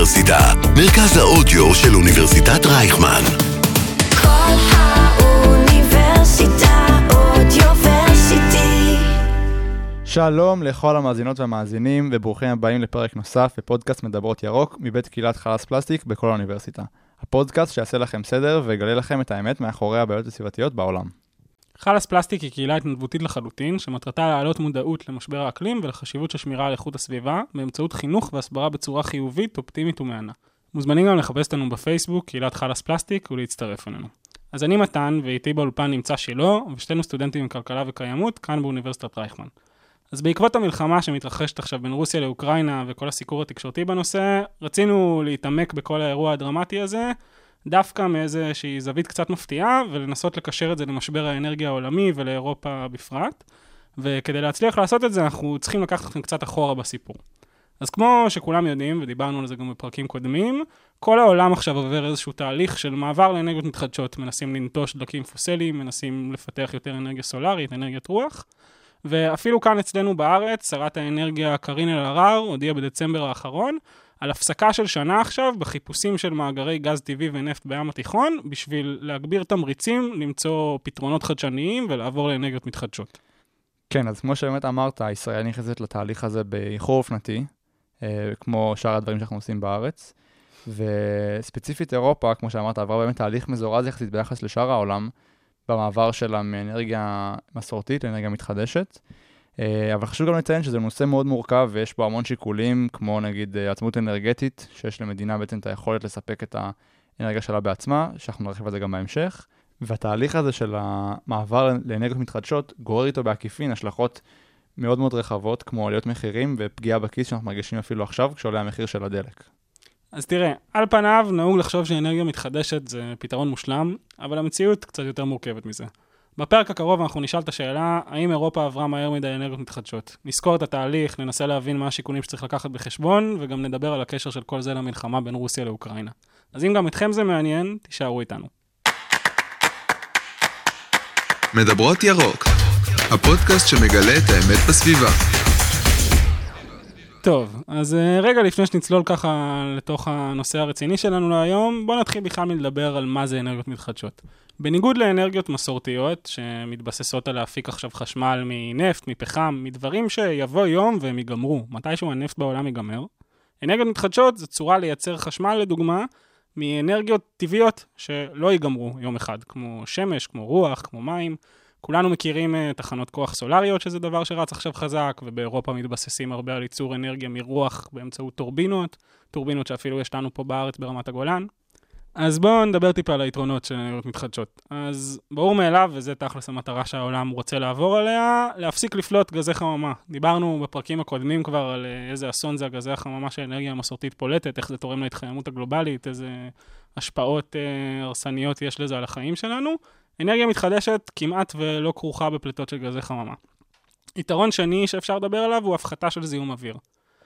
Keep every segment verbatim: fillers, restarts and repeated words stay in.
האוניברסיטה, מרכז האודיו של אוניברסיטת רייכמן. כל האוניברסיטה אודיוורסיטי. שלום לכל המאזינות והמאזינים, וברוכים הבאים לפרק נוסף בפודקאסט מדברות ירוק מבית קהילת חלאס פלסטיק בכל האוניברסיטה. הפודקאסט שיעשה לכם סדר ויגלה לכם את האמת מאחורי הבעיות הסביבתיות בעולם. חלאס פלסטיק היא קהילה התנדבותית לחלוטין, שמטרתה להעלות מודעות למשבר האקלים ולחשיבות של שמירה על איכות הסביבה, באמצעות חינוך והסברה בצורה חיובית, אופטימית ומענה. מוזמנים גם לחפש אותנו בפייסבוק, קהילת חלאס פלסטיק, ולהצטרף אלינו. אז אני מתן, ואיתי באולפן נמצא שילו, ושתינו סטודנטים עם כלכלה וקיימות, כאן באוניברסיטת רייכמן. אז בעקבות המלחמה שמתרחשת עכשיו בין רוסיה לאוקראינה וכל הסיקור התקשורתי בנושא, רצינו להתעמק בכל האירוע הדרמטי הזה, דווקא מאיזושהי זווית קצת מפתיעה, ולנסות לקשר את זה למשבר האנרגיה העולמי ולאירופה בפרט. וכדי להצליח לעשות את זה, אנחנו צריכים לקחת אתכם קצת אחורה בסיפור. אז כמו שכולם יודעים, ודיברנו על זה גם בפרקים קודמים, כל העולם עכשיו עובר איזשהו תהליך של מעבר לאנרגיות מתחדשות, מנסים לנטוש דלקים פוסיליים, מנסים לפתח יותר אנרגיה סולארית, אנרגיית רוח, ואפילו כאן אצלנו בארץ, שרת האנרגיה קארין אלהרר הודיעה בדצמבר האחרון, על הפסקה של שנה עכשיו בחיפושים של מאגרי גז טבעי ונפט בים התיכון, בשביל להגביר תמריצים, למצוא פתרונות חדשניים ולעבור לאנרגיות מתחדשות. כן, אז כמו שבאמת אמרת, ישראל נכנסת לתהליך הזה באיחור אופנתי, כמו שאר הדברים שאנחנו עושים בארץ, וספציפית אירופה, כמו שאמרת, עבר באמת תהליך מזורז יחסית ביחס לשאר העולם, במעבר שלה מאנרגיה מסורתית לאנרגיה מתחדשת. אבל חשוב גם לציין שזה נושא מאוד מורכב, ויש בו המון שיקולים, כמו נגיד עצמאות אנרגטית, שיש למדינה בעצם את היכולת לספק את האנרגיה שלה בעצמה, שאנחנו נרחיב על זה גם בהמשך. והתהליך הזה של המעבר לאנרגיות מתחדשות, גורר איתו בעקיפין השלכות מאוד מאוד רחבות, כמו עליות מחירים ופגיעה בכיס שאנחנו מרגישים אפילו עכשיו, כשעולה המחיר של הדלק. אז תראה, על פניו נהוג לחשוב שאנרגיה מתחדשת זה פתרון מושלם, אבל המציאות קצת יותר מורכבת מזה. בפרק הקרוב אנחנו נשאל את השאלה, האם אירופה עברה מהר מדי אנרגיות מתחדשות? נזכור את התהליך, ננסה להבין מה השיקולים שצריך לקחת בחשבון, וגם נדבר על הקשר של כל זה למלחמה בין רוסיה לאוקראינה. אז אם גם אתכם זה מעניין, תישארו איתנו. מדברות ירוק, הפודקאסט שמגלה את האמת בסביבה. טוב, אז רגע לפני שנצלול ככה לתוך הנושא הרציני שלנו להיום, בואו נתחיל בכלל מלדבר על מה זה אנרגיות מתחדשות. בניגוד לאנרגיות מסורתיות, שמתבססות על להפיק עכשיו חשמל מנפט, מפחם, מדברים שיבוא יום והם ייגמרו, מתישהו הנפט בעולם ייגמר, אנרגיות מתחדשות זה צורה לייצר חשמל, לדוגמה, מאנרגיות טבעיות שלא ייגמרו יום אחד, כמו שמש, כמו רוח, כמו מים. כולנו מכירים תחנות כוח סולריות, שזה דבר שרץ עכשיו חזק, ובאירופה מתבססים הרבה על ייצור אנרגיה מרוח באמצעות טורבינות, טורבינות שאפילו יש לנו פה בארץ ברמת הגולן. אז בואו נדבר טיפה על היתרונות של אנרגיות מתחדשות. אז ברור מאליו, וזה תכלס המטרה שהעולם רוצה לעבור עליה, להפסיק לפלוט גזי חממה. דיברנו בפרקים הקודמים כבר על איזה אסון זה הגזי החממה שהאנרגיה המסורתית פולטת, איך זה תורם להתחממות הגלובלית, איזה השפעות הרסניות יש לזה על החיים שלנו. אנרגיה מתחדשת כמעט ולא כרוכה בפליטות של גזי חממה. יתרון שני שאפשר לדבר עליו הוא הפחתה של זיהום אוויר.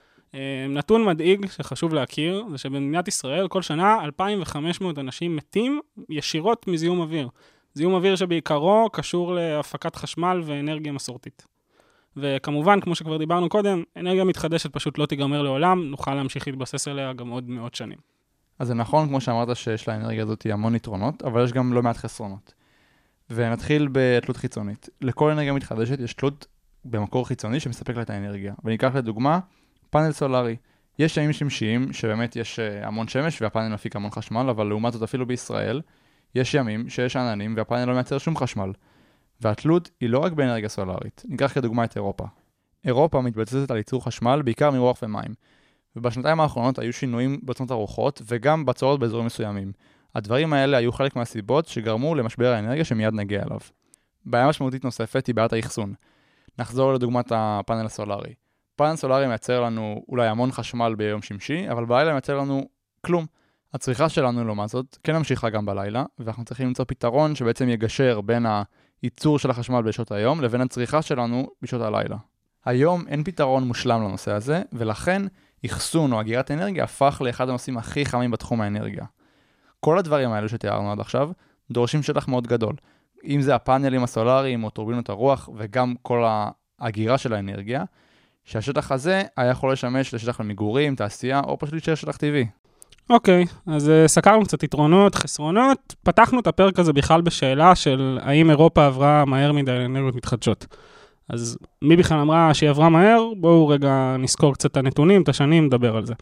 נתון מדאיג שחשוב להכיר, זה שבמדינת ישראל כל שנה אלפיים וחמש מאות אנשים מתים ישירות מזיהום אוויר. זיהום אוויר שבעיקרו קשור להפקת חשמל ואנרגיה מסורתית. וכמובן, כמו שכבר דיברנו קודם, אנרגיה מתחדשת פשוט לא תיגמר לעולם, נוכל להמשיך להתבסס עליה גם עוד מאות שנים. אז זה נכון, כמו שאמרת, שיש לאנרגיה הזאת המון יתרונות, אבל יש גם לא מעט חסרונות. ונתחיל בתלות חיצונית. לכל אנרגיה מתחדשת יש תלות במקור חיצוני שמספק לה את האנרגיה. וניקח לדוגמה, פאנל סולארי. יש ימים שמשיים שבאמת יש המון שמש והפאנל מפיק המון חשמל, אבל לעומת זאת אפילו בישראל, יש ימים שיש עננים והפאנל לא מייצר שום חשמל. והתלות היא לא רק באנרגיה סולארית. ניקח כדוגמה את אירופה. אירופה מתבססת על ייצור חשמל בעיקר מרוח ומים. ובשנתיים האחרונות היו שינויים בעוצמות הרוחות וגם בצורות באזורים מסוימים. הדברים האלה היו חלק מהסיבות שגרמו למשבר האנרגיה שמיד נגיע אליו. בעיה משמעותית נוספת היא בעיית האחסון. נחזור לדוגמת הפאנל הסולארי. פאנל סולארי מייצר לנו אולי המון חשמל ביום שמשי, אבל בלילה מייצר לנו כלום. הצריכה שלנו לעומת זאת כן ממשיכה גם בלילה, ואנחנו צריכים למצוא פתרון שבעצם יגשר בין הייצור של החשמל בשעות היום לבין הצריכה שלנו בשעות הלילה. היום אין פתרון מושלם לנושא הזה, ולכן אחסון או אגירת אנרגיה הפך לאחד הנושאים הכי חמים בתחום האנרגיה. כל הדברים האלו שתיארנו עד עכשיו דורשים שטח מאוד גדול. אם זה הפאנלים הסולאריים או טורבינות הרוח וגם כל האגירה של האנרגיה, שהשטח הזה היה יכול לשמש לשטח למגורים, תעשייה או פשוט להישאר שטח טבעי. אוקיי, אז סקרנו קצת יתרונות, חסרונות. פתחנו את הפרק הזה בכלל בשאלה של האם אירופה עברה מהר מדי לאנרגיות מתחדשות. אז מי בכלל אמרה שהיא עברה מהר? בואו רגע נזכור קצת את הנתונים, את השנים, נדבר על זה.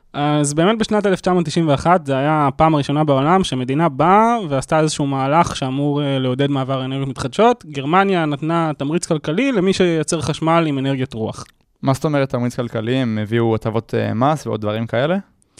אז באמת בשנת אלף תשע מאות תשעים ואחת, זה היה הפעם הראשונה בעולם שמדינה באה ועשתה איזשהו מהלך שאמור לעודד מעבר אנרגיות מתחדשות. גרמניה נתנה תמריץ כלכלי למי שייצר חשמל עם אנרגיית רוח. מה זאת אומרת תמריץ כלכלי? הם הביאו הטבות מס ועוד דברים כאלה?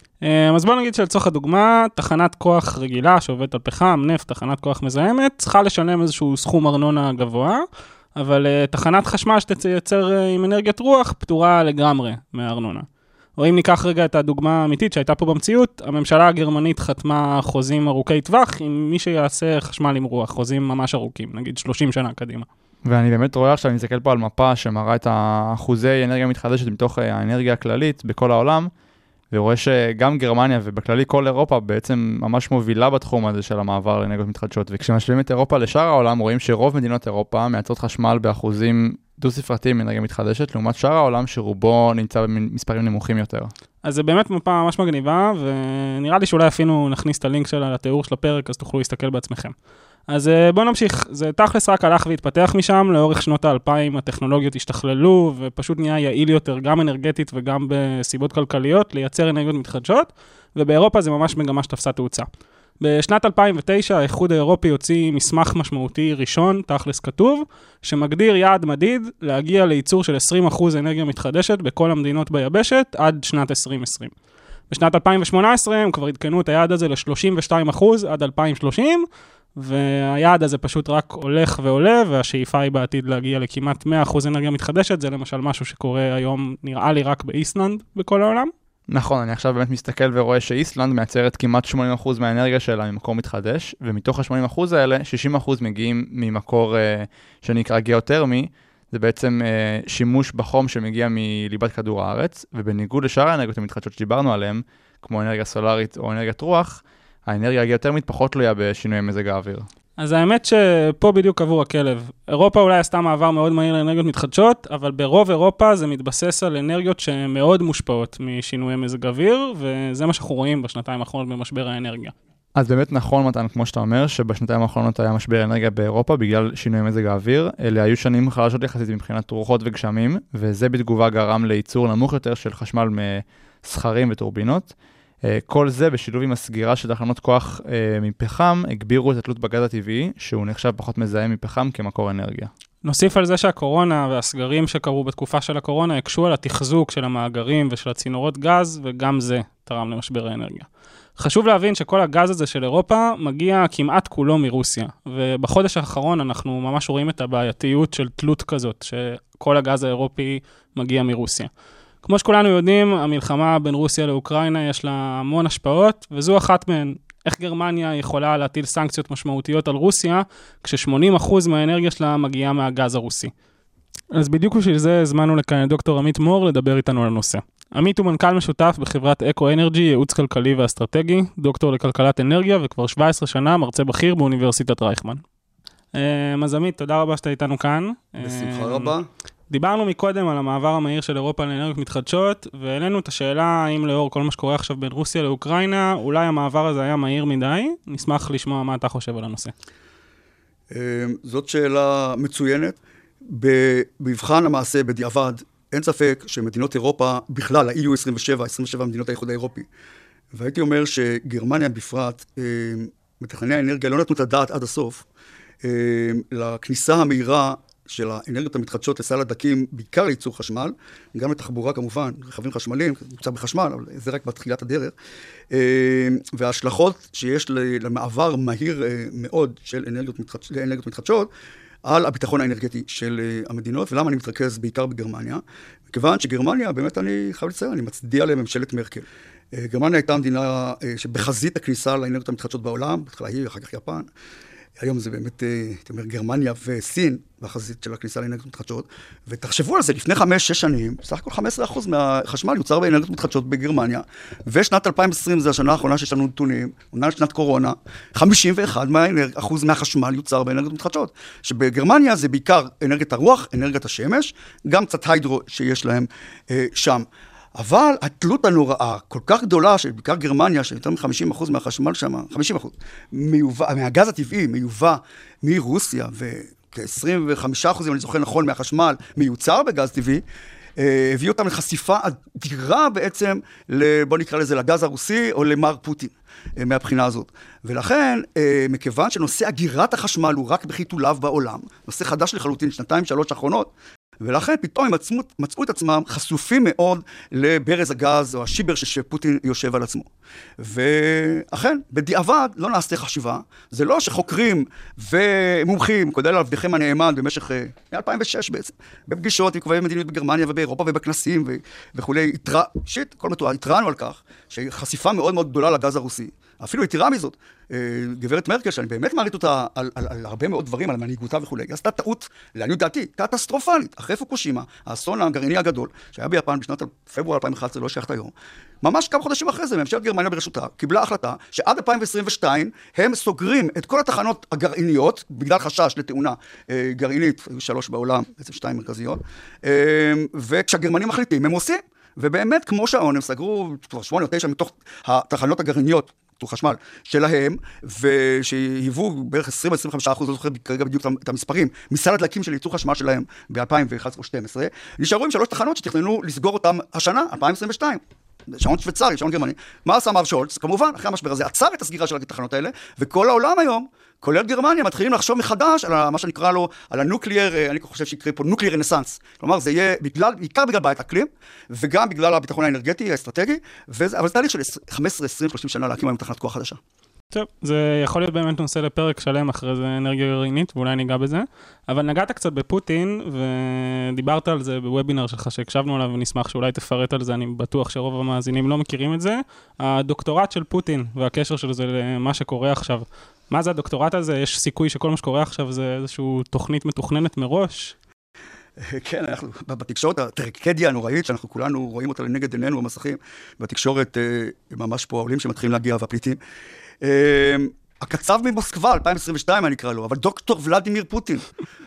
אז בוא נגיד שלצורך הדוגמה, תחנת כוח רגילה שעובדת על פחם, נפט, תחנת כוח מזהמת, צריכה לשלם איזשהו סכום ארנונה גבוה, אבל תחנת חשמל שתייצר עם אנרגיית רוח פטורה לגמרי מהארנונה. או אם ניקח רגע את הדוגמה האמיתית שהייתה פה במציאות, הממשלה הגרמנית חתמה חוזים ארוכי טווח עם מי שיעשה חשמל עם רוח, חוזים ממש ארוכים, נגיד שלושים שנה קדימה. ואני באמת רואה עכשיו, אני מסתכל פה על מפה שמראה את האחוזי אנרגיה מתחדשת מתוך האנרגיה הכללית בכל העולם, ורואה שגם גרמניה ובכללי כל אירופה בעצם ממש מובילה בתחום הזה של המעבר לאנרגיות מתחדשות. וכשמשווים את אירופה לשאר העולם, רואים שרוב מדינות אירופה מייצרות חשמל באחוזים דו-ספרתיים מאנרגיה מתחדשת, לעומת שאר העולם שרובו נמצא במספרים נמוכים יותר. אז זה באמת מפה ממש מגניבה, ונראה לי שאולי אפילו נכניס את הלינק שלה לתיאור של הפרק, אז תוכלו להסתכל בעצמכם. אז בואו נמשיך, זה תכלס רק הלך והתפתח משם, לאורך שנות האלפיים הטכנולוגיות השתכללו, ופשוט נהיה יעיל יותר, גם אנרגטית וגם בסיבות כלכליות, לייצר אנרגיות מתחדשות, ובאירופה זה ממש מגמה שתפסה תאוצה. בשנת אלפיים ותשע האיחוד האירופי הוציא מסמך משמעותי ראשון, תכלס כתוב, שמגדיר יעד מדיד להגיע לייצור של עשרים אחוז אנרגיה מתחדשת בכל המדינות ביבשת עד שנת עשרים עשרים. בשנת אלפיים ושמונה עשרה הם כבר עדכנו את היעד הזה ל-שלושים ושתיים אחוז עד אלפיים ושלושים, והיעד הזה פשוט רק הולך ועולה, והשאיפה היא בעתיד להגיע לכמעט מאה אחוז אנרגיה מתחדשת, זה למשל משהו שקורה היום, נראה לי רק באיסלנד בכל העולם. נכון, אני עכשיו באמת מסתכל ורואה שאיסלנד מייצרת כמעט שמונים אחוז מהאנרגיה שלה ממקור מתחדש, ומתוך ה-שמונים אחוז האלה, שישים אחוז מגיעים ממקור אה, שנקרא גיאותרמי, זה בעצם אה, שימוש בחום שמגיע מליבת כדור הארץ, ובניגוד לשאר האנרגיות המתחדשות שדיברנו עליהן, כמו אנרגיה סולארית או אנרגיית רוח, האנרגיה הגיאותרמית פחות תלויה בשינוי מזג האוויר. אז האמת שפה בדיוק עבור הכלב. אירופה אולי עשתה מעבר מאוד מהיר לאנרגיות מתחדשות, אבל ברוב אירופה זה מתבסס על אנרגיות שהן מאוד מושפעות משינוי מזג האוויר, וזה מה שאנחנו רואים בשנתיים האחרונות במשבר האנרגיה. אז באמת נכון, מתן, כמו שאתה אומר, שבשנתיים האחרונות היה משבר אנרגיה באירופה בגלל שינוי מזג האוויר. אלה היו שנים חלשות יחסית מבחינת רוחות וגשמים, וזה בתגובה גרם לייצור נמוך יותר של חשמל מסחרים וטורבינות. כל זה בשילוב עם הסגירה של תחנות כוח מפחם, הגבירו את התלות בגז הטבעי, שהוא נחשב פחות מזהם מפחם כמקור אנרגיה. נוסיף על זה שהקורונה והסגרים שקרו בתקופה של הקורונה הקשו על התחזוק של המאגרים ושל הצינורות גז, וגם זה תרם למשבר האנרגיה. חשוב להבין שכל הגז הזה של אירופה מגיע כמעט כולו מרוסיה, ובחודש האחרון אנחנו ממש רואים את הבעייתיות של תלות כזאת, שכל הגז האירופי מגיע מרוסיה. כמו שכולנו יודעים, המלחמה בין רוסיה לאוקראינה יש לה המון השפעות, וזו אחת מהן. איך גרמניה יכולה להטיל סנקציות משמעותיות על רוסיה, כש-שמונים אחוז מהאנרגיה שלה מגיעה מהגז הרוסי. אז בדיוק בשביל זה הזמנו לכאן את דוקטור עמית מור לדבר איתנו על הנושא. עמית הוא מנכ"ל משותף בחברת אקו אנרג'י, ייעוץ כלכלי ואסטרטגי, דוקטור לכלכלת אנרגיה, וכבר שבע עשרה שנה מרצה בכיר באוניברסיטת רייכמן. אז עמית, תודה רבה שאתה איתנו כאן. בשמחה רבה. דיברנו מקודם על המעבר המהיר של אירופה לאנרגיות מתחדשות, והעלינו את השאלה האם לאור כל מה שקורה עכשיו בין רוסיה לאוקראינה, אולי המעבר הזה היה מהיר מדי. נשמח לשמוע מה אתה חושב על הנושא. זאת שאלה מצוינת. במבחן המעשה בדיעבד, אין ספק שמדינות אירופה, בכלל, ה-אי יו עשרים ושבע, עשרים ושבע מדינות האיחוד האירופי, והייתי אומר שגרמניה בפרט, מתכנני האנרגיה לא נתנו את הדעת עד הסוף, לכניסה המהירה של האנרגיות המתחדשות לסל הדקים, בעיקר לייצור חשמל, גם לתחבורה כמובן, רכבים חשמליים, נמצא בחשמל, אבל זה רק בתחילת הדרך, וההשלכות שיש למעבר מהיר מאוד של אנרגיות מתחדשות, לאנרגיות מתחדשות, על הביטחון האנרגטי של המדינות, ולמה אני מתרכז בעיקר בגרמניה, מכיוון שגרמניה, באמת אני חייב לציין, אני מצדיע לממשלת מרקל. גרמניה הייתה מדינה שבחזית הכניסה לאנרגיות המתחדשות בעולם, בתחילה היא, אחר כך יפן, היום זה באמת, הייתי אומר, גרמניה וסין, בחזית של הכניסה לאנרגיות מתחדשות, ותחשבו על זה, לפני חמש, שש שנים, סך הכל חמישה עשר אחוז מהחשמל יוצר באנרגיות מתחדשות בגרמניה, ושנת אלפיים ועשרים, זו השנה האחרונה שיש לנו נתונים, אומנם שנת קורונה, חמישים ואחד אחוז מהחשמל יוצר באנרגיות מתחדשות, שבגרמניה זה בעיקר אנרגיית הרוח, אנרגיית השמש, גם קצת היידרו שיש להם אה, שם. אבל התלות הנוראה, כל כך גדולה, שבעיקר גרמניה, שיותר מ-חמישים אחוז מהחשמל שם, חמישים אחוז, מיובא, מהגז הטבעי, מיובא מרוסיה, וכ-עשרים וחמישה אחוז, אם אני זוכר נכון, מהחשמל מיוצר בגז טבעי, הביאו אותם לחשיפה אדירה בעצם, בוא נקרא לזה, לגז הרוסי, או למר פוטין, מהבחינה הזאת. ולכן, מכיוון שנושא הגירת החשמל הוא רק בחיתוליו בעולם, נושא חדש לחלוטין, שנתיים, שלוש האחרונות, ולכן פתאום הם מצאו, מצאו את עצמם חשופים מאוד לברז הגז או השיבר שפוטין יושב על עצמו. ואכן, בדיעבד לא נעשה חשיבה, זה לא שחוקרים ומומחים, כולל עבדיכם הנאמן במשך אלפיים ושש בעצם, בפגישות עם קובעי מדיניות בגרמניה ובאירופה ובכנסים ו- וכולי, התרא, שיט, כל מתואר, התרענו על כך, שחשיפה מאוד מאוד גדולה לגז הרוסי, אפילו התירה מזאת, גברת מרקל, שאני באמת מעריך אותה על, על, על הרבה מאוד דברים, על מנהיגותה וכו'. היא עשתה טעות, לעניות דעתי, קטסטרופלית, אחרי פוקושימה, האסון הגרעיני הגדול, שהיה ביפן בשנת פברואר אלפיים ואחת עשרה, לא שייכת היום, ממש כמה חודשים אחרי זה, ממשלת גרמניה בראשותה, קיבלה החלטה שעד אלפיים עשרים ושתיים הם סוגרים את כל התחנות הגרעיניות, בגלל חשש לתאונה אה, גרעינית, היו שלוש בעולם, בעצם שתיים מרכזיות, אה, וכשהגרמנים מחליטים, הם עושים, ובאמת כמו שעון, הם סגרו כבר שמונה או תשע מתוך התחנות הגרעיניות, תוך חשמל שלהם, ושהיוו בערך עשרים עד עשרים וחמישה אחוז, לא זוכר כרגע בדיוק את המספרים, מסל הדלקים של ייצור חשמל שלהם ב-אלפיים ואחת עשרה או שתים עשרה, נשארו עם שלוש תחנות שתכננו לסגור אותם השנה, אלפיים עשרים ושתיים. שעון שוויצרי, שעון גרמני. מה עשה מר שולץ? כמובן, אחרי המשבר הזה, עצר את הסגירה של התחנות האלה, וכל העולם היום, כולל גרמניה, מתחילים לחשוב מחדש על מה שנקרא לו, על הנוקליאר, אני חושב שיקרא פה נוקליאר רנסנס. כלומר, זה יהיה בגלל, בעיקר בגלל בעיית אקלים, וגם בגלל הביטחון האנרגטי, האסטרטגי, וזה, אבל זה תהליך של חמש עשרה, עשרים, שלושים שנה להקים היום תחנת כוח חדשה. טוב, זה יכול להיות באמת נושא לפרק שלם אחרי זה אנרגיה גרעינית, ואולי ניגע בזה. אבל נגעת קצת בפוטין, ודיברת על זה בוובינר שלך שהקשבנו עליו, ונשמח שאולי תפרט על זה, אני בטוח שרוב המאזינים לא מכירים את זה. הדוקטורט של פוטין, והקשר של זה למה שקורה עכשיו. מה זה הדוקטורט הזה? יש סיכוי שכל מה שקורה עכשיו זה איזושהי תוכנית מתוכננת מראש? כן, אנחנו בתקשורת, הטרגדיה הנוראית, שאנחנו כולנו רואים אותה לנגד עינינו במסכים, בתקשורת ממש פה העולים שמתחילים להגיע והפליטים. הקצב ממוסקבה, אלפיים עשרים ושתיים אני אקרא לו, אבל דוקטור ולדימיר פוטין.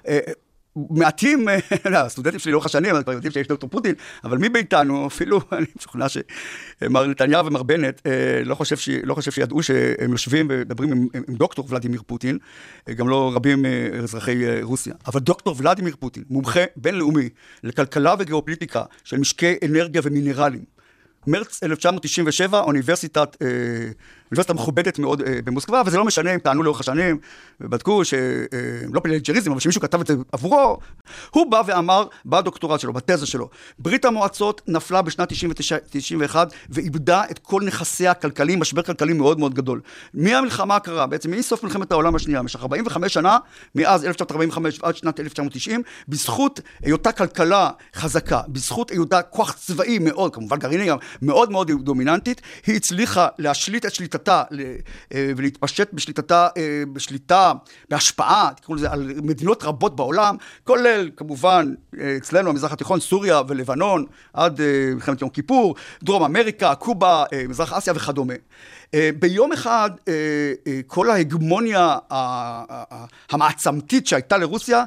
מעטים, הסטודנטים שלי לאורך השנים, כבר יודעים שיש דוקטור פוטין, אבל מי ביתנו, אפילו אני משוכנע שמר נתניהו ומר בנט, לא חושב, ש... לא חושב שידעו שהם יושבים ומדברים עם, עם דוקטור ולדימיר פוטין, גם לא רבים אזרחי רוסיה, אבל דוקטור ולדימיר פוטין, מומחה בינלאומי לכלכלה וגיאופוליטיקה של משקי אנרגיה ומינרלים, מרץ אלף תשע מאות תשעים ושבע, אוניברסיטת, אה, אוניברסיטה מכובדת מאוד אה, במוסקבה, וזה לא משנה אם טענו לאורך השנים, ובדקו שלא אה, פלג'ריזם, אבל שמישהו כתב את זה עבורו, הוא בא ואמר בדוקטורט שלו, בתזה שלו, ברית המועצות נפלה בשנת תשעים ותשע תשעים ואחת, ואיבדה את כל נכסיה הכלכליים, משבר כלכלי מאוד מאוד גדול. מהמלחמה הקרה, בעצם מסוף מלחמת העולם השנייה, במשך ארבעים וחמש שנה, מאז אלף תשע מאות ארבעים וחמש עד שנת אלף תשע מאות תשעים, בזכות היותה כלכלה חזקה, בזכות היותה כוח צבאי מאוד, כמובן גרעיני גם, מאוד מאוד דומיננטית, היא הצליחה להשליט את שליטתה ולהתפשט בשליטתה, בשליטה, בהשפעה, תקראו לזה, על מדינות רבות בעולם, כולל כמובן אצלנו המזרח התיכון, סוריה ולבנון, עד מלחמת יום כיפור, דרום אמריקה, קובה, מזרח אסיה וכדומה. ביום אחד כל ההגמוניה המעצמתית שהייתה לרוסיה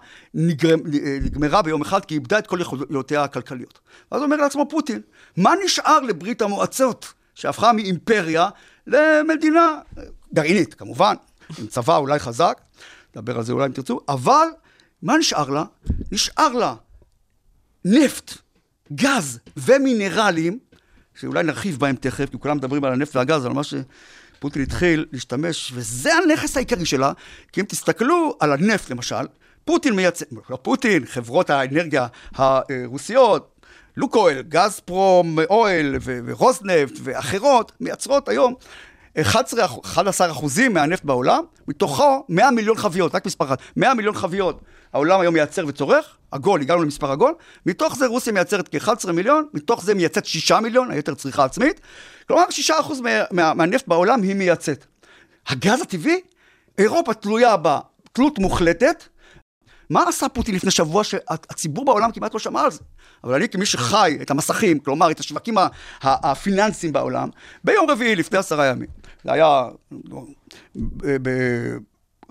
נגמרה ביום אחד כי איבדה את כל יכולותיה הכלכליות. אז אומר לעצמו פוטין, מה נשאר לברית המועצות שהפכה מאימפריה למדינה גרעינית כמובן, עם צבא אולי חזק, נדבר על זה אולי אם תרצו, אבל מה נשאר לה? נשאר לה נפט, גז ומינרלים, שאולי נרחיב בהם תכף, כי כולם מדברים על הנפט והגז, אבל מה שפוטין התחיל להשתמש, וזה הנכס העיקרי שלה, כי אם תסתכלו על הנפט למשל, פוטין מייצר, לא פוטין, חברות האנרגיה הרוסיות, לוקויל, גזפרום, אויל ורוסנפט ואחרות, מייצרות היום אחד עשר אחוזים מהנפט בעולם, מתוכו מאה מיליון חביות, רק מספר אחד, מאה מיליון חביות העולם היום מייצר וצורך, עגול, הגענו למספר עגול, מתוך זה רוסיה מייצרת כ-אחד עשר מיליון, מתוך זה מייצאת שישה מיליון, היתר צריכה עצמית, כלומר שישה אחוז מה, מה, מהנפט בעולם היא מייצאת. הגז הטבעי, אירופה תלויה בה, תלות מוחלטת, מה עשה פוטין לפני שבוע שהציבור בעולם כמעט לא שמע על זה? אבל אני כמי שחי את המסכים, כלומר את השווקים הפיננסיים בעולם, ביום רביעי לפני עשרה ימים, זה היה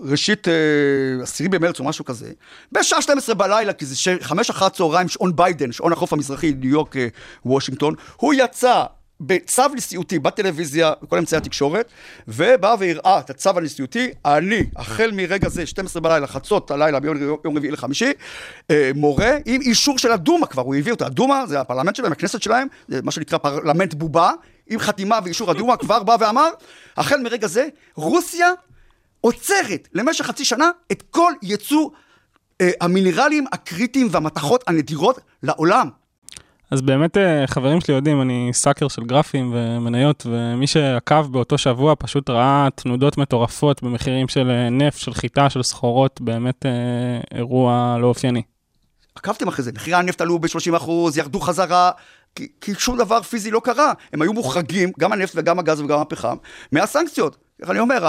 ראשית עשירי במרץ או משהו כזה, בשעה שתים עשרה בלילה, כי זה חמש אחר הצהריים, שעון ביידן, שעון החוף המזרחי, ניו יורק, וושינגטון, הוא יצא בצו נשיאותי בטלוויזיה, בכל אמצעי התקשורת, ובא והראה את הצו הנשיאותי, אני, החל מרגע זה, שתים עשרה בלילה, חצות הלילה, ביום רביעי לחמישי, מורה עם אישור של הדומה כבר, הוא הביא אותה, הדומה, זה הפרלמנט שלהם, הכנסת שלהם, זה מה שנקרא פרלמנט בובה, עם חתימה ואישור הדומה, כבר בא ואמר, החל מרגע זה, רוסיה עוצרת למשך חצי שנה את כל ייצוא המינרלים הקריטיים והמתכות הנדירות לעולם. אז באמת חברים שלי יודעים, אני סאקר של גרפים ומניות, ומי שעקב באותו שבוע פשוט ראה תנודות מטורפות במחירים של נפט, של חיטה, של סחורות, באמת אירוע לא אופייני. עקבתם אחרי זה, מחירי הנפט עלו ב-שלושים אחוז, ירדו חזרה, כי, כי שום דבר פיזי לא קרה. הם היו מוחרגים, גם הנפט וגם הגז וגם הפחם, מהסנקציות. איך אני אומר,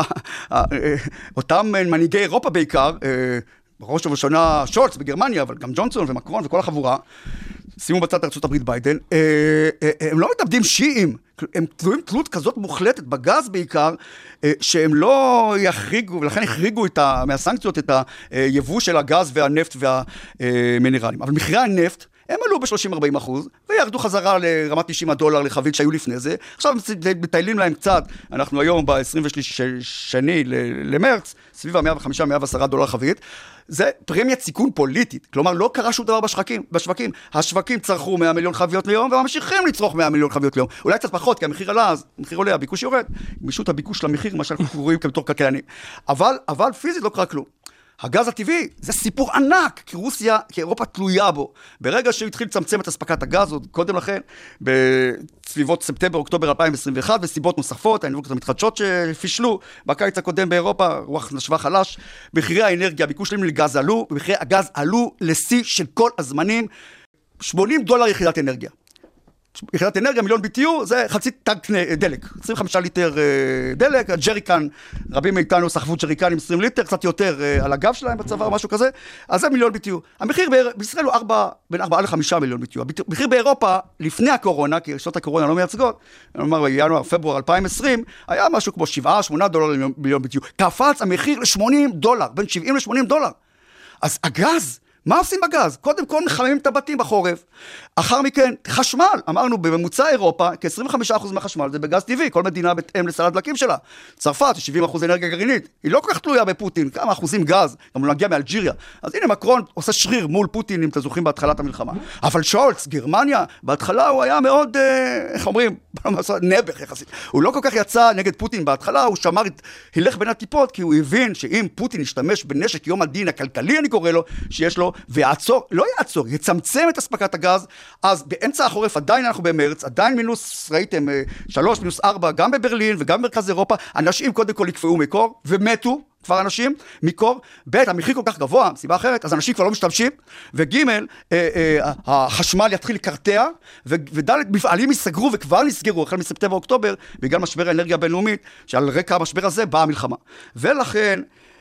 אותם מנהיגי אירופה בעיקר, בראש ובראשונה שולץ בגרמניה, אבל גם ג'ונסון ומקרון וכל החבורה, שימו בצד ארצות הברית ביידן, הם לא מתאבדים שיעים, הם תלויים תלות כזאת מוחלטת בגז בעיקר, שהם לא יחריגו, ולכן החריגו מהסנקציות את היבוא של הגז והנפט והמינרלים. אבל מחירי הנפט, הם עלו ב-שלושים עד ארבעים אחוז, וירדו חזרה לרמת תשעים דולר לחבית שהיו לפני זה. עכשיו מטיילים להם קצת, אנחנו היום ב-עשרים ושני למרץ, סביב ה-מאה וחמש עד מאה ועשר דולר חבית, זה פרמיית סיכון פוליטית, כלומר לא קרה שום דבר בשווקים, בשווקים. השווקים צרכו מאה מיליון חביות ליום, וממשיכים לצרוך מאה מיליון חביות ליום. אולי קצת פחות, כי המחיר עלה, אז המחיר עולה, הביקוש יורד, גמישות הביקוש למחיר, מה שאנחנו רואים כבתור כלכלנים. אבל, אבל פיזית לא קרה כלום. הגז הטבעי זה סיפור ענק, כי רוסיה, כי אירופה תלויה בו. ברגע שהוא התחיל לצמצם את הספקת הגז, עוד קודם לכן, בסביבות ספטמבר, אוקטובר אלפיים עשרים ואחת, וסיבות נוספות, האנרגיות המתחדשות שפישלו, בקיץ הקודם באירופה, רוח נשבה חלש, מחירי האנרגיה, הביקוש שלהם לגז עלו, ומחירי הגז עלו לשיא של כל הזמנים, שמונים דולר יחידת אנרגיה. יחידת אנרגיה, מיליון בי טי יו, זה חצי טנק דלק, עשרים וחמישה ליטר דלק, הג'ריקן, רבים מאיתנו סחבו ג'ריקן עם עשרים ליטר, קצת יותר על הגב שלהם בצבא או משהו כזה, אז זה מיליון בי טי יו. המחיר בישראל הוא בין ארבעה לחמישה מיליון בי טי יו. המחיר באירופה, לפני הקורונה, כי שנות הקורונה לא מייצגות, נאמר בינואר, פברואר אלפיים ועשרים, היה משהו כמו שבעה שמונה דולר מיליון בי טי יו. קפץ המחיר ל-שמונים דולר, בין שבעים ל-שמונים דולר. אז הגז, מה עושים בגז? קודם כל מחממים את הבתים בחורף. אחר מכן, חשמל. אמרנו, בממוצע אירופה, כ-עשרים וחמישה אחוז מהחשמל זה בגז טבעי. כל מדינה בהתאם לסל הדלקים שלה. צרפת, שבעים אחוז אנרגיה גרעינית. היא לא כל כך תלויה בפוטין. כמה אחוזים גז? גם נגיע מאלג'יריה. אז הנה, מקרון עושה שריר מול פוטין, אם אתם זוכרים, בהתחלת המלחמה. אבל שולץ, גרמניה, בהתחלה הוא היה מאוד, איך אומרים, נבח יחסית. הוא לא כל כך יצא נגד פוטין בהתחלה, הוא שמר, הילך בין הטיפות, כי הוא הבין שאם פוטין ישתמש בנשק יום הדין הכלכלי, אני קורא לו, שיש לו, ויעצור, לא יעצור, יצמצם את הספקת הגז, אז באמצע החורף, עדיין אנחנו במרץ, עדיין מינוס, ראיתם, שלוש, מינוס ארבע, גם בברלין וגם במרכז אירופה, אנשים קודם כל יקפאו מקור, ומתו, כבר אנשים, מקור, ב' המחיר כל כך גבוה, סיבה אחרת, אז אנשים כבר לא משתמשים, וג' אה, אה, החשמל יתחיל לקרטע, וד' מפעלים ייסגרו וכבר נסגרו, החל מספטמבר אוקטובר, בגלל משבר האנרגיה הבינלאומית, שעל רקע המשבר הזה באה המלחמה. ולכן,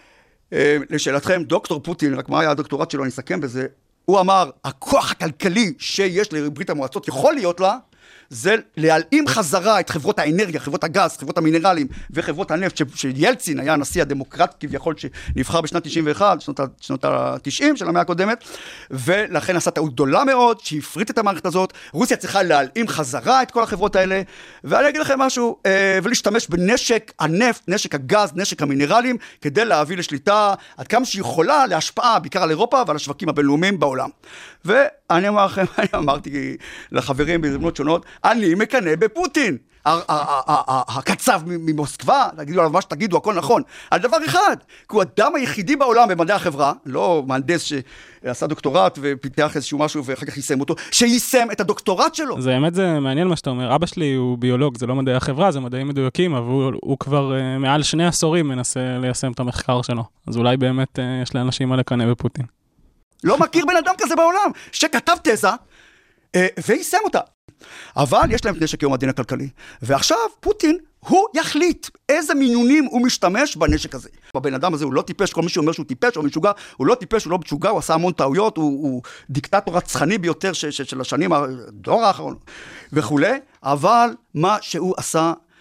אה, לשאלתכם, דוקטור פוטין, רק מה היה הדוקטורט שלו, אני אסכם בזה, הוא אמר, הכוח הכלכלי שיש לברית המועצות יכול להיות לה, זה להלאים חזרה את חברות האנרגיה, חברות הגז, חברות המינרלים וחברות הנפט, שילצין היה הנשיא הדמוקרט כביכול שנבחר בשנת תשעים ואחת, שנות, שנות ה-תשעים של המאה הקודמת, ולכן עשה טעות גדולה מאוד, שהפריט את המערכת הזאת. רוסיה צריכה להלאים חזרה את כל החברות האלה, ואני אגיד לכם משהו, ולהשתמש בנשק הנפט, נשק הגז, נשק המינרלים, כדי להביא לשליטה עד כמה שיכולה להשפעה, בעיקר על אירופה ועל השווקים הבינלאומיים בעולם. ואני אמר לכם, אני אמרתי לחברים בהזדמנות שונות, אני מקנא בפוטין. הקצב ממוסקבה, תגידו עליו מה שתגידו, הכל נכון. על דבר אחד, כי הוא האדם היחידי בעולם במדעי החברה, לא מהנדס שעשה דוקטורט ופיתח איזשהו משהו ואחר כך יישם אותו, שיישם את הדוקטורט שלו. זה האמת, זה מעניין מה שאתה אומר. אבא שלי הוא ביולוג, זה לא מדעי החברה, זה מדעים מדויקים, אבל הוא, הוא כבר מעל שני עשורים מנסה ליישם את המחקר שלו. אז אולי באמת יש לאנשים מה לקנא בפוטין. לא מכיר בן אדם כזה בעולם, שכתב תזה ויישם אותה. אבל יש להם נשק יום הדין הכלכלי. ועכשיו פוטין, הוא יחליט איזה מינונים הוא משתמש בנשק הזה. הבן אדם הזה הוא לא טיפש, כל מי שאומר שהוא טיפש או משוגע, הוא לא טיפש, הוא לא משוגע, הוא עשה המון טעויות, הוא, הוא דיקטטור רצחני ביותר ש, ש, של השנים, הדור האחרון וכו'. אבל מה שהוא עשה,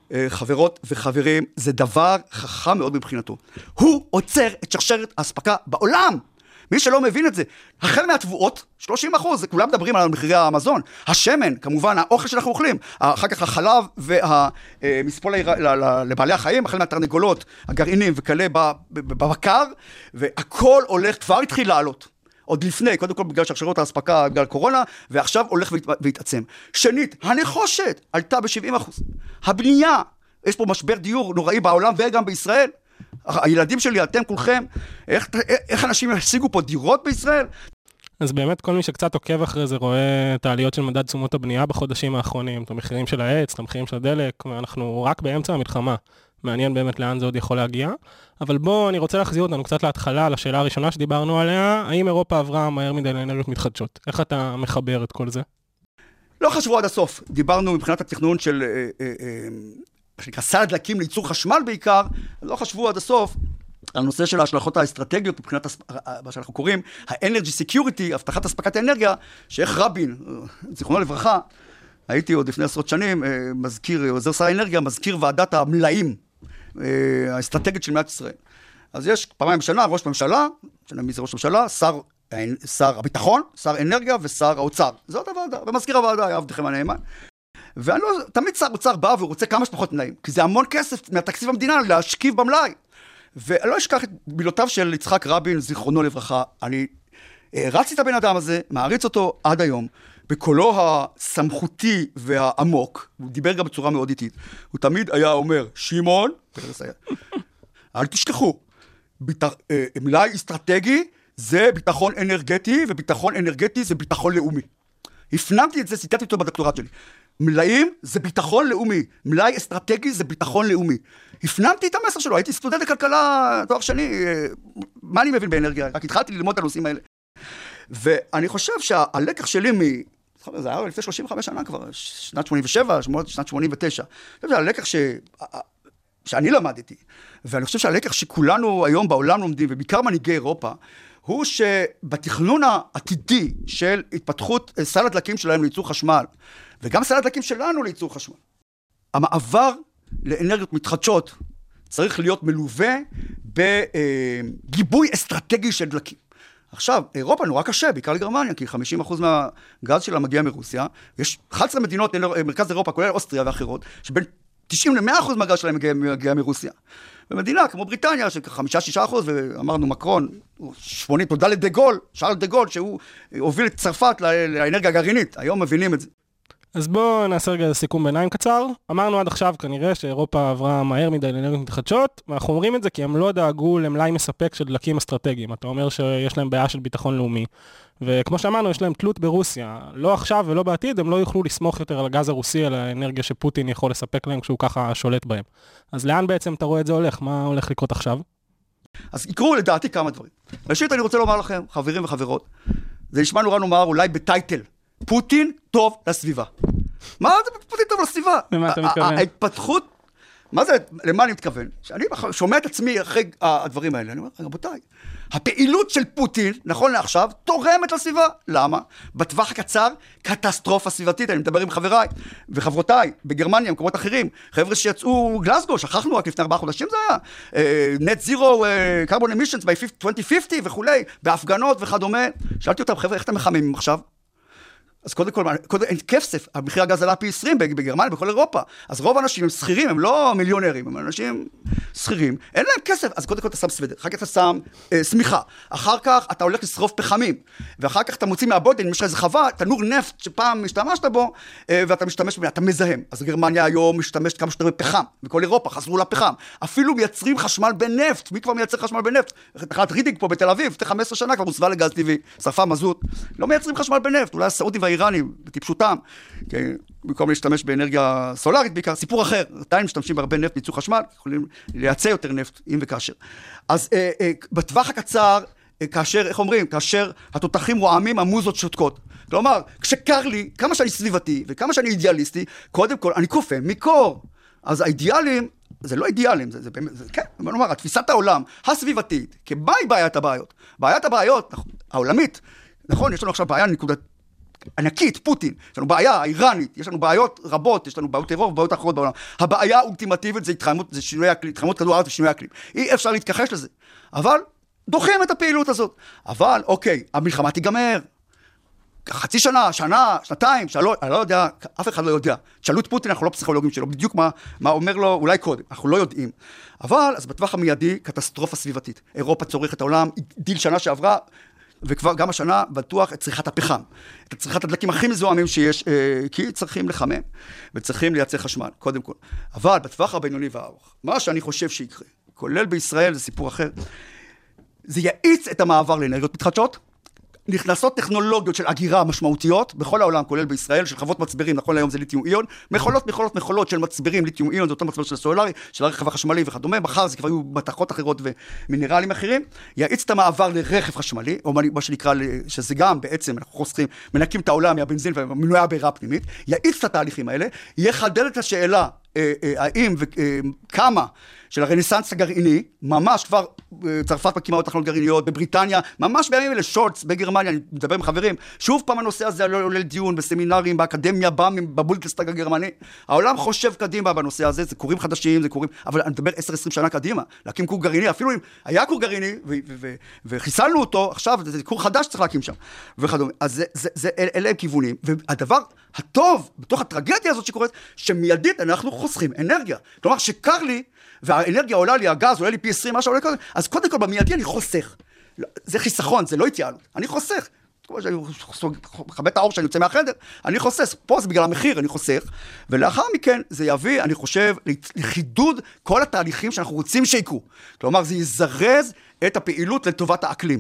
חברות וחברים, זה דבר חכם מאוד מבחינתו. הוא עוצר את שרשרת ההספקה בעולם. מי שלא מבין את זה, החל מהתבואות, שלושים אחוז, כולם מדברים על מחירי המזון, השמן, כמובן, האוכל שאנחנו אוכלים, אחר כך החלב והמספול לבעלי החיים, החל מהתרנגולות, הגרעינים וכאלה בבקר, והכל הולך, כבר התחיל לעלות. עוד לפני, קודם כל בגלל שרשרות ההספקה, בגלל קורונה, ועכשיו הולך והתעצם. שנית, הנחושת עלתה ב-שבעים אחוז. הבנייה, יש פה משבר דיור נוראי בעולם וגם בישראל. הילדים שלי, אתם כולכם, איך, איך אנשים ישיגו פה דירות בישראל? אז באמת כל מי שקצת עוקב אחרי זה רואה את העליות של מדד תשומות הבנייה בחודשים האחרונים, את המחירים של העץ, את המחירים של הדלק, ואנחנו רק באמצע המלחמה. מעניין באמת לאן זה עוד יכול להגיע. אבל בוא, אני רוצה להחזיר אותנו קצת להתחלה, לשאלה הראשונה שדיברנו עליה, האם אירופה עברה מהר מדי לאנרגיות מתחדשות? איך אתה מחבר את כל זה? לא חשבו עד הסוף. דיברנו מבחינת התכנון של... אה, אה, אה, שנקרא סל הדלקים לייצור חשמל בעיקר, לא חשבו עד הסוף על נושא של ההשלכות האסטרטגיות, מבחינת מה שאנחנו קוראים, האנרגי סקיוריטי, הבטחת הספקת האנרגיה, שאיך רבין, זיכרונו לברכה, הייתי עוד לפני עשרות שנים, מזכיר, עוזר שר האנרגיה, מזכיר ועדת המלאים, האסטרטגית של מדינת ישראל. אז יש פעמיים בשנה, ראש ממשלה, שנה מי זה ראש ממשלה, שר, שר הביטחון, שר אנרגיה ושר האוצר. זאת הוועדה, ומזכיר הוועדה היה עבדכם הנאמן. ואני לא, תמיד שר אוצר בא והוא רוצה כמה שפחות מלאים, כי זה המון כסף מהתקציב המדינה להשכיב במלאי. ואני לא אשכח את מילותיו של יצחק רבין, זיכרונו לברכה. אני רצתי את הבן אדם הזה, מעריץ אותו עד היום, בקולו הסמכותי והעמוק, הוא דיבר גם בצורה מאוד איטית, הוא תמיד היה אומר, שמעון, אל תשכחו, ביטח, מלאי אסטרטגי זה ביטחון אנרגטי, וביטחון אנרגטי זה ביטחון לאומי. הפנמתי את זה, ציטטתי אותו בדוקטורט שלי. מלאים זה ביטחון לאומי, מלאי אסטרטגי זה ביטחון לאומי. הפנמתי את המסר שלו, הייתי סטודנט לכלכלה תואר שני, מה אני מבין באנרגיה? רק התחלתי ללמוד את הנושאים האלה. ואני חושב שהלקח שלי מ... זה היה לפני שלושים וחמש שנה כבר, שנת שמונים ושבע, שנת שמונים ותשע. אני חושב שהלקח ש... שאני למדתי, ואני חושב שהלקח שכולנו היום בעולם לומדים, ובעיקר מנהיגי אירופה, הוא שבתכנון העתידי של התפתחות סל הדלקים שלהם לייצור חשמל, וגם סל הדלקים שלנו לייצור חשמל, המעבר לאנרגיות מתחדשות צריך להיות מלווה בגיבוי אסטרטגי של דלקים. עכשיו, אירופה נורא קשה, בעיקר לגרמניה, כי חמישים אחוז מהגז שלה מגיע מרוסיה, יש אחת עשרה מדינות, מרכז אירופה, כולל אוסטריה ואחרות, שבין תשעים למאה אחוז מהגז שלהם מגיע, מגיע מרוסיה. במדינה כמו בריטניה, שחמישה שישה אחוז, ואמרנו מקרון, שמונים, תודה לדגול, שאל דגול, שהוא הוביל את צרפת לאנרגיה הגרעינית. היום מבינים את זה. אז בואו נעשה רגע סיכום ביניים קצר. אמרנו עד עכשיו כנראה שאירופה עברה מהר מדי לאנרגיות מתחדשות, ואנחנו אומרים את זה כי הם לא דאגו למלאי מספק של דלקים אסטרטגיים. אתה אומר שיש להם בעיה של ביטחון לאומי. וכמו שאמרנו, יש להם תלות ברוסיה. לא עכשיו ולא בעתיד, הם לא יוכלו לסמוך יותר על הגז הרוסי, על האנרגיה שפוטין יכול לספק להם כשהוא ככה שולט בהם. אז לאן בעצם אתה רואה את זה הולך? מה הולך לקרות עכשיו? אז יקרו לדעתי כמה דברים. ראשית, אני רוצה לומר לכם, חברים וחברות, זה נשמע נורא נאמר אולי בטייטל, פוטין טוב לסביבה. מה זה פוטין טוב לסביבה? למה אתה מתכוון? ההתפתחות, מה זה, למה אני מתכוון? שאני שומע את עצמי אחרי הדברים האלה, אני אומר, רבותיי, הפעילות של פוטין, נכון לעכשיו, תורמת לסביבה. למה? בטווח הקצר, קטסטרופה סביבתית. אני מדבר עם חבריי וחברותיי בגרמניה, במקומות אחרים, חבר'ה שיצאו גלסגו, שכחנו רק לפני ארבעה חודשים זה היה, net zero carbon emissions by עשרים חמישים וכולי, בהפגנות וכדומה. שאלתי אותם, חבר'ה, איך אתם מחממים עכשיו? אז קודם כל, קודם, אין כסף, המחיר הגז עלה פי עשרים בגרמניה, בכל אירופה. אז רוב האנשים הם שכירים, הם לא מיליונרים, הם אנשים שכירים, אין להם כסף. אז קודם כל אתה שם סוודר, אחר כך אתה שם אה, סמיכה, אחר כך אתה הולך לשרוף פחמים, ואחר כך אתה מוציא מהבוטן, אם יש לך איזה חווה, תנור נפט שפעם משתמשת בו, אה, ואתה משתמש בו, אתה מזהם. אז גרמניה היום משתמשת כמה שיותר בפחם, וכל אירופה חזרו לפחם. אפילו מייצרים חשמל בנפט, מי כבר מייצר חשמל בנפט? תחנת רידינג פה בתל אביב, לפני חמש עשרה שנה כבר מוסבה לגז טבעי, שרפה מזוט. לא מייצרים חשמל בנפט, אולי הסעודים והאיראנים, בטיפשותם, כי במקום להשתמש באנרגיה סולארית בעיקר, סיפור אחר, עדיין משתמשים בהרבה נפט לייצור חשמל, יכולים לייצר יותר נפט, אם וכאשר. אז אה, אה, בטווח הקצר, אה, כאשר, איך אומרים, כאשר התותחים רועמים, המוזות שותקות. כלומר, כשקר לי, כמה שאני סביבתי, וכמה שאני אידיאליסטי, קודם כל, אני קופא מקור. אז האידיאלים, זה לא אידיאלים, זה, זה באמת, זה, כן, נאמר, התפיסת העולם, הסביבתית, כי מהי בעיית הבעיות? בעיית הבעיות, העולמית, נכון, יש לנו עכשיו בעיה נקודת, ענקית, פוטין, יש לנו בעיה איראנית, יש לנו בעיות רבות, יש לנו בעיות טרור ובעיות אחרות בעולם. הבעיה האולטימטיבית זה התחממות, זה שינוי אקלים, התחממות כדור הארץ ושינוי אקלים. אי אפשר להתכחש לזה. אבל דוחים את הפעילות הזאת. אבל אוקיי, המלחמה תיגמר. חצי שנה, שנה, שנתיים, שלוש, אני לא יודע, אף אחד לא יודע. תשאלו את פוטין, אנחנו לא פסיכולוגים שלו, בדיוק מה, מה אומר לו, אולי קודם, אנחנו לא יודעים. אבל, אז בטווח המיידי, קטסטרופה סביבתית. אירופה צורכת את העולם, דיל שנה שעברה, וכבר גם השנה בטוח את צריכת הפחם. את צריכת הדלקים הכי מזוהמים שיש, כי צריכים לחמם, וצריכים לייצר חשמל, קודם כל. אבל בטווח הבינוני והארוך, מה שאני חושב שיקרה, כולל בישראל, זה סיפור אחר, זה יאיץ את המעבר לאנרגיות מתחדשות, נכנסות טכנולוגיות של אגירה משמעותיות, בכל העולם, כולל בישראל, של חוות מצברים, נכון להיום זה ליתיום איון, מכולות, מכולות, מכולות של מצברים, ליתיום איון, זה אותו מצבר של הסולרי, של הרכב החשמלי וכדומה, מחר זה כבר היו מתכות אחרות ומינרלים אחרים, יאיץ את המעבר לרכב חשמלי, או מה שנקרא, שזה גם בעצם, אנחנו חוסכים, מנקים את העולם מהבנזין ומנועי הבעירה הפנימית, יאיץ את התהליכים האלה, יחדד את השאלה, האם וכמה של הרנסנס הגרעיני, ממש כבר צרפת מקימה עוד תחנות גרעיניות, בבריטניה, ממש בימים אלה, שורטס, בגרמניה, אני מדבר עם חברים, שוב פעם הנושא הזה עולה לדיון בסמינרים, באקדמיה, בבונדסטאג הגרמני, העולם חושב קדימה בנושא הזה, זה קורים חדשים, זה קורים, אבל אני מדבר עשר עשרים שנה קדימה, להקים כור גרעיני, אפילו אם היה כור גרעיני, וחיסלנו אותו, עכשיו זה כור חדש שצריך להקים שם, וכדומה, אז אלה הם כיוונים, והדבר הטוב, בתוך הטרגדיה הזאת שקורית, שמיידית אנחנו חוסכים אנרגיה, כלומר שקר לי, והאנרגיה עולה לי, הגז עולה לי פי עשרים, משהו עולה כזה, אז קודם כל במיידי אני חוסך. זה חיסכון, זה לא התייעלות. אני חוסך. כמו שאני מכבה את האור שאני יוצא מהחדר, אני חוסך. פה זה בגלל המחיר, אני חוסך. ולאחר מכן זה יביא, אני חושב, לחידוד כל התהליכים שאנחנו רוצים שיקרו. כלומר, זה יזרז את הפעילות לטובת האקלים.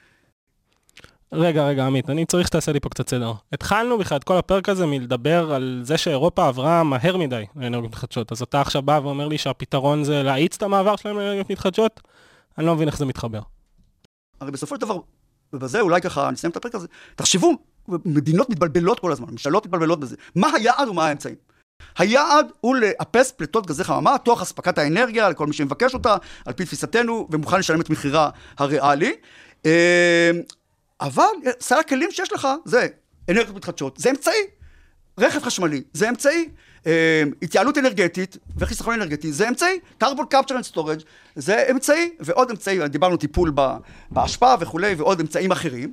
רגע, רגע, עמית, אני צריך שתעשה לי פה קצת סדר. התחלנו בכלל את כל הפרק הזה מלדבר על זה שאירופה עברה מהר מדי לאנרגיות מתחדשות. אז אתה עכשיו בא ואומר לי שהפתרון זה להאיץ את המעבר שלהם לאנרגיות מתחדשות? אני לא מבין איך זה מתחבר. הרי בסופו של דבר, ובזה אולי ככה נסיים את הפרק הזה, תחשבו, מדינות מתבלבלות כל הזמן, ממשלות מתבלבלות בזה. מה היעד ומה האמצעים? היעד הוא לאפס פליטות גזי חממה, תוך הספקת האנרגיה לכל מי שמבקש אותה, על פי תפיסתנו, ומוכן לשלם את מחירה הריאלי. אבל סל הכלים שיש לך זה אנרגיות מתחדשות, זה אמצעי. רכב חשמלי, זה אמצעי. התייעלות אנרגטית וחיסכון אנרגטי, זה אמצעי. carbon capture and storage, זה אמצעי. ועוד אמצעי, דיברנו טיפול בהשפעה וכולי, ועוד אמצעים אחרים.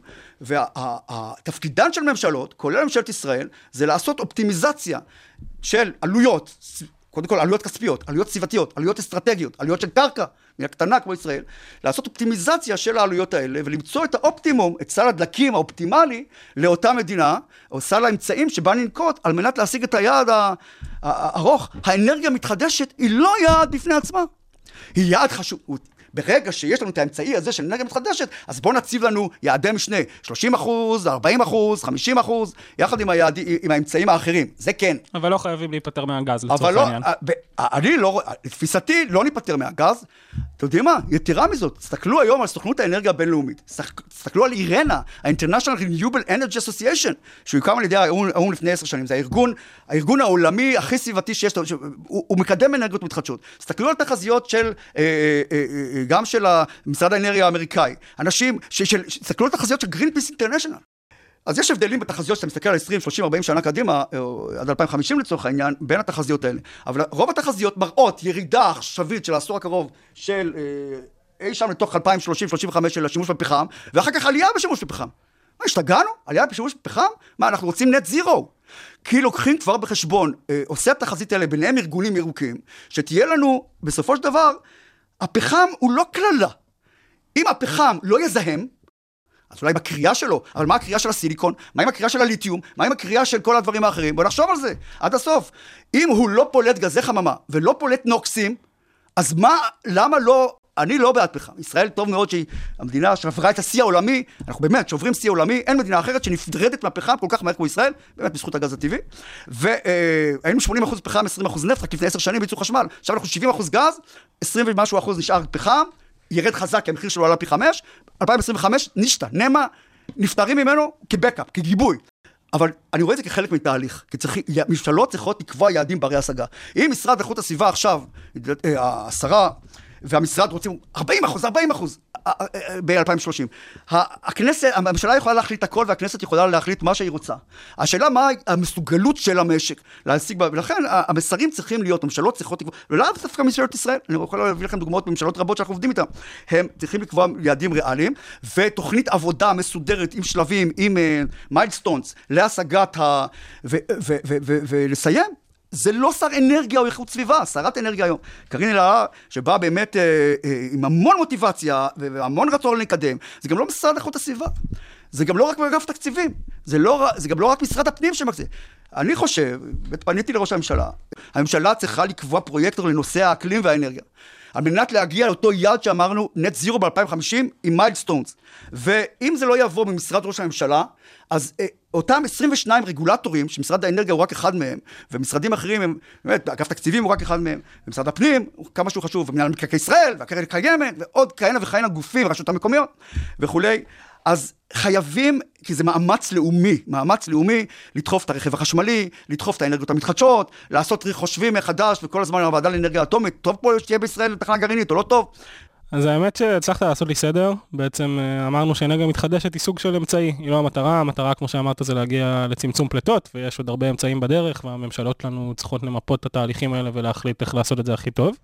והתפקידן של ממשלות, כולל ממשלת ישראל, זה לעשות אופטימיזציה של עלויות, קודם כל עלויות כספיות, עלויות סביבתיות, עלויות אסטרטגיות, עלויות של קרקע, מהקטנה כמו ישראל, לעשות אופטימיזציה של העלויות האלה, ולמצוא את האופטימום, את סל הדלקים האופטימלי, לאותה מדינה, או סל האמצעים שבה ננקוט, על מנת להשיג את היעד הארוך. האנרגיה המתחדשת היא לא יעד בפני עצמה. היא יעד חשוב. ברגע שיש לנו את האמצעי הזה של אנרגיה מתחדשת, אז בואו נציב לנו יעדי משנה, שלושים אחוז, ארבעים אחוז, חמישים אחוז, יחד עם, היעד, עם האמצעים האחרים. זה כן. אבל לא חייבים להיפטר מהגז לצורך העניין. לא, אני לא, לתפיסתי לא ניפטר מהגז. אתם יודעים מה? יתרה מזאת, תסתכלו היום על סוכנות האנרגיה הבינלאומית. תסתכלו על אירנה, ה-International Renewable Energy Association, שהוקם על ידי האו"ם לפני עשר שנים. זה הארגון, הארגון העולמי הכי סביבתי שיש, הוא, הוא מקדם אנרגיות מתחדשות. תסתכלו על תחזיות של אה, אה, אה, גם של משרד האנרגיה האמריקאי, אנשים, תסתכלו על תחזיות של גרינפיס אינטרנשיונל. אז יש הבדלים בתחזיות שאתה מסתכל על עשרים, שלושים, ארבעים שנה קדימה, עד אלפיים וחמישים לצורך העניין, בין התחזיות האלה. אבל רוב התחזיות מראות ירידה עכשווית של העשור הקרוב של אי שם לתוך אלפיים ושלושים שלושים וחמש של השימוש בפחם, ואחר כך עלייה בשימוש בפחם. מה, השתגענו? עלייה בשימוש בפחם? מה, אנחנו רוצים נט זירו? כי לוקחים כבר בחשבון, עושה התחזית האלה ביניהם ארגונים ירוקים, שתהיה לנו בסופו של דבר הפחם הוא לא כללה. אם הפחם לא יזהם, אז אולי בקריאה שלו, אבל מה הקריאה של הסיליקון? מה עם הקריאה של הליתיום? מה עם הקריאה של כל הדברים האחרים? בוא נחשוב על זה, עד הסוף. אם הוא לא פולט גזי חממה, ולא פולט נוקסים, אז מה, למה לא, אני לא בעד פחם. ישראל טוב מאוד שהיא המדינה שעברה את השיא העולמי, אנחנו באמת שוברים שיא עולמי, אין מדינה אחרת שנפרדת מהפחם כל כך מהר כמו ישראל, באמת בזכות הגז הטבעי, והיינו שמונים אחוז פחם, עשרים אחוז נפט, רק לפני עשר שנים בייצור חשמל, עכשיו אנחנו שבעים אחוז גז, עשרים ומשהו אחוז נשאר פחם, ירד חזק, כי המחיר שלו עלה פי חמש, אלפיים עשרים וחמש נשתה, נמה, נפטרים ממנו כבקאפ, כגיבוי. אבל אני רואה את זה כחלק מתהליך, כי צריך, ממשלות צריכות לקבוע יעדים ברי השגה. אם משרד איכות הסביבה עכשיו, השרה והמשרד רוצים ארבעים אחוז, ארבעים אחוז ב-אלפיים ושלושים. הכנסת, הממשלה יכולה להחליט הכל, והכנסת יכולה להחליט מה שהיא רוצה. השאלה מה המסוגלות של המשק להשיג, ולכן המסרים צריכים להיות, הממשלות צריכות, ולאו דווקא ממשלת ישראל, אני יכול להביא לכם דוגמאות מממשלות רבות שאנחנו עובדים איתן, הם צריכים לקבוע יעדים ריאליים, ותוכנית עבודה מסודרת עם שלבים, עם מיילסטונס, להשגת ה... ולסיים. זה לא שר אנרגיה או איכות סביבה, שרת אנרגיה היום. קרין אלהרר, שבאה באמת אה, אה, עם המון מוטיבציה והמון רצון לקדם, זה גם לא משרד איכות הסביבה. זה גם לא רק באגף תקציבים. זה, לא, זה גם לא רק משרד הפנים שמקצה. אני חושב, פניתי לראש הממשלה, הממשלה צריכה לקבוע פרויקטור לנושא האקלים והאנרגיה. על מנת להגיע לאותו יעד שאמרנו, נט זירו ב-אלפיים וחמישים עם מיילסטונס. ואם זה לא יבוא ממשרד ראש הממשלה, אז אה, אותם עשרים ושניים רגולטורים, שמשרד האנרגיה הוא רק אחד מהם, ומשרדים אחרים הם, באמת, אגף תקציבים הוא רק אחד מהם, ומשרד הפנים, כמה שהוא חשוב, ומנהל מקרקעי ישראל, והקרן הקיימת, ועוד כהנה וכהנה גופים, רשות המקומיות, וכולי. אז חייבים, כי זה מאמץ לאומי, מאמץ לאומי, לדחוף את הרכב החשמלי, לדחוף את האנרגיות המתחדשות, לעשות חושבים מחדש, וכל הזמן הוועדה לאנרגיה אטומית, טוב פה שתהיה בישראל תחנה גרעינית, או לא טוב? אז האמת שהצלחת לעשות לי סדר, בעצם אמרנו שאנרגיה מתחדשת היא סוג של אמצעי, היא לא המטרה, המטרה כמו שאמרת זה להגיע לצמצום פלטות, ויש עוד הרבה אמצעים בדרך, והממשלות לנו צריכות למפות את התהליכים האלה ולהחליט איך לעשות את זה הכי טוב.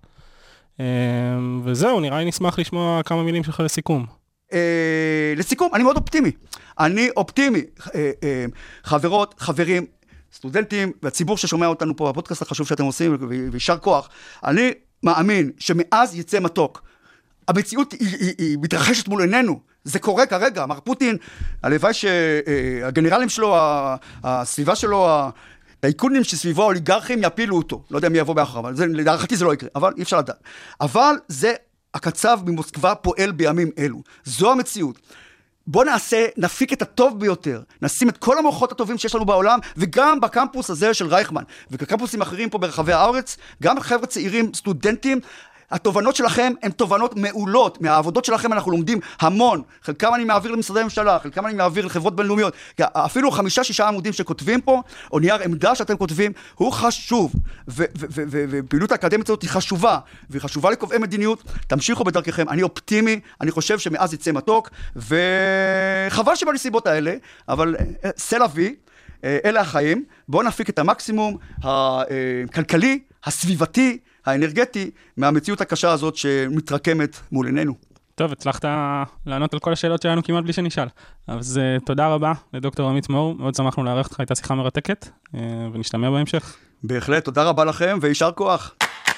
וזהו, נראה לי נשמח לשמוע כמה מילים שלך לסיכום. לסיכום, אני מאוד אופטימי. אני אופטימי. חברות, חברים, סטודנטים, והציבור ששומע אותנו פה, הפודקאסט החשוב שאתם עושים, וישר כוח. אני מאמין שמאז יצא מתוק. המציאות היא, היא, היא מתרחשת מול עינינו. זה קורה כרגע. מר פוטין, הלוואי שהגנרלים שלו, הסביבה שלו, האיקונים שסביבו האוליגרכים יפילו אותו. לא יודע מי יבוא באחר, אבל זה, לדעתי זה לא יקרה. אבל אי אפשר לדעת. אבל זה... הקצב ממוסקבה פועל בימים אלו. זו המציאות. בוא נעשה, נפיק את הטוב ביותר, נשים את כל המוחות הטובים שיש לנו בעולם, וגם בקמפוס הזה של רייכמן, ובקמפוסים אחרים פה ברחבי הארץ, גם חבר'ה צעירים, סטודנטים, התובנות שלכם הן תובנות מעולות, מהעבודות שלכם אנחנו לומדים המון, חלקם אני מעביר למשרדי ממשלה, חלקם אני מעביר לחברות בינלאומיות, אפילו חמישה, שישה עמודים שכותבים פה, או נייר עמדה שאתם כותבים, הוא חשוב, ופעילות האקדמית הזאת היא חשובה, והיא חשובה לקובעי מדיניות, תמשיכו בדרככם, אני אופטימי, אני חושב שמאז יצא מתוק, וחבל שבנסיבות האלה, אבל סלע וי, אלה החיים, בואו נפיק את המקסימום הכלכלי, הסביבתי, האנרגטי, מהמציאות הקשה הזאת שמתרקמת מול עינינו. טוב, הצלחת לענות על כל השאלות שלנו כמעט בלי שנשאל. אז uh, תודה רבה לדוקטור עמית מאור, מאוד שמחנו לארח אותך, הייתה שיחה מרתקת, uh, ונשתמע בהמשך. בהחלט, תודה רבה לכם, וישר כוח.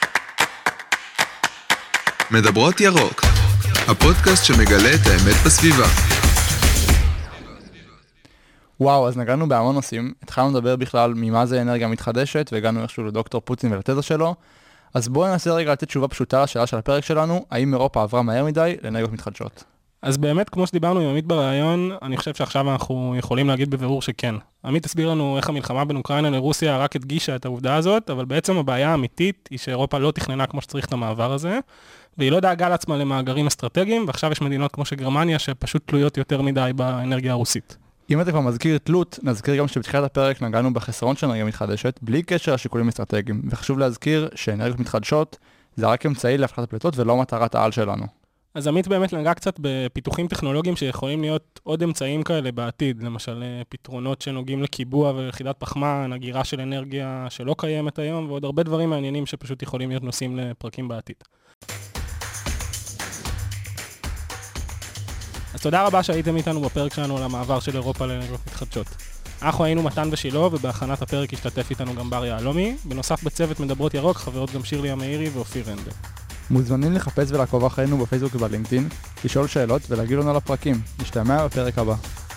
מדברות ירוק, הפודקאסט שמגלה את האמת בסביבה. וואו, אז נגענו בהמון נושאים, התחלנו לדבר בכלל ממה זה אנרגיה מתחדשת, והגענו איכשהו לדוקטור פוטין ולתזה שלו, אז בואו ננסה רגע לתת תשובה פשוטה לשאלה של הפרק שלנו, האם אירופה עברה מהר מדי לאנרגיות מתחדשות? אז באמת, כמו שדיברנו עם עמית ברעיון, אני חושב שעכשיו אנחנו יכולים להגיד בבירור שכן. עמית הסביר לנו איך המלחמה בין אוקראינה לרוסיה רק הדגישה את העובדה הזאת, אבל בעצם הבעיה האמיתית היא שאירופה לא תכננה כמו שצריך את המעבר הזה, והיא לא דאגה לעצמה למאגרים אסטרטגיים, ועכשיו יש מדינות כמו שגרמניה שפשוט תלויות יותר מדי באנרגיה הרוסית. אם אתה כבר מזכיר תלות, נזכיר גם שבתחילת הפרק נגענו בחסרון של אנרגיה מתחדשת, בלי קשר לשיקולים אסטרטגיים, וחשוב להזכיר שאנרגיות מתחדשות זה רק אמצעי להפחתת הפליטות ולא מטרת העל שלנו. אז עמית באמת נגע קצת בפיתוחים טכנולוגיים שיכולים להיות עוד אמצעים כאלה בעתיד, למשל פתרונות שנוגעים לקיבוע ויחידת פחמן, הגירה של אנרגיה שלא קיימת היום, ועוד הרבה דברים מעניינים שפשוט יכולים להיות נושאים לפרקים בעתיד. אז תודה רבה שהייתם איתנו בפרק שלנו על המעבר של אירופה לאנרגיות מתחדשות. אנחנו היינו מתן ושילה, ובהכנת הפרק השתתף איתנו גם בר יעלומי. בנוסף בצוות מדברות ירוק, חברות גם שירלי המאירי ואופיר רנדל. מוזמנים לחפש ולעקוב אחרינו בפייסבוק ובלינקדאין, לשאול שאלות ולהגיד לנו על הפרקים. נשתמע בפרק הבא.